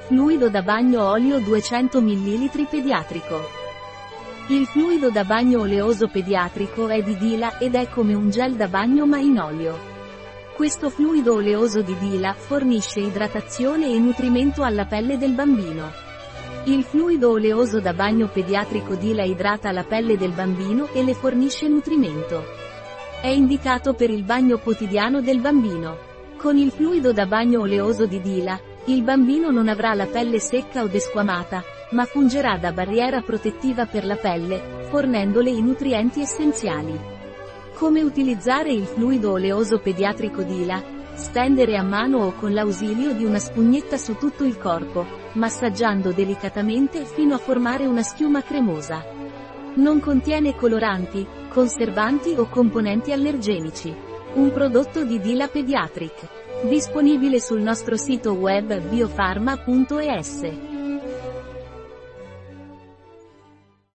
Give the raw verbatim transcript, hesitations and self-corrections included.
Fluido da bagno olio duecento millilitri pediatrico. Il fluido da bagno oleoso pediatrico è di Dila ed è come un gel da bagno ma in olio. Questo fluido oleoso di Dila fornisce idratazione e nutrimento alla pelle del bambino. Il fluido oleoso da bagno pediatrico Dila idrata la pelle del bambino e le fornisce nutrimento. È indicato per il bagno quotidiano del bambino. Con il fluido da bagno oleoso di Dila, il bambino non avrà la pelle secca o desquamata, ma fungerà da barriera protettiva per la pelle, fornendole i nutrienti essenziali. Come utilizzare il fluido oleoso pediatrico Dila? Stendere a mano o con l'ausilio di una spugnetta su tutto il corpo, massaggiando delicatamente fino a formare una schiuma cremosa. Non contiene coloranti, conservanti o componenti allergenici. Un prodotto di Dila Pediatric. Disponibile sul nostro sito web biofarma punto es.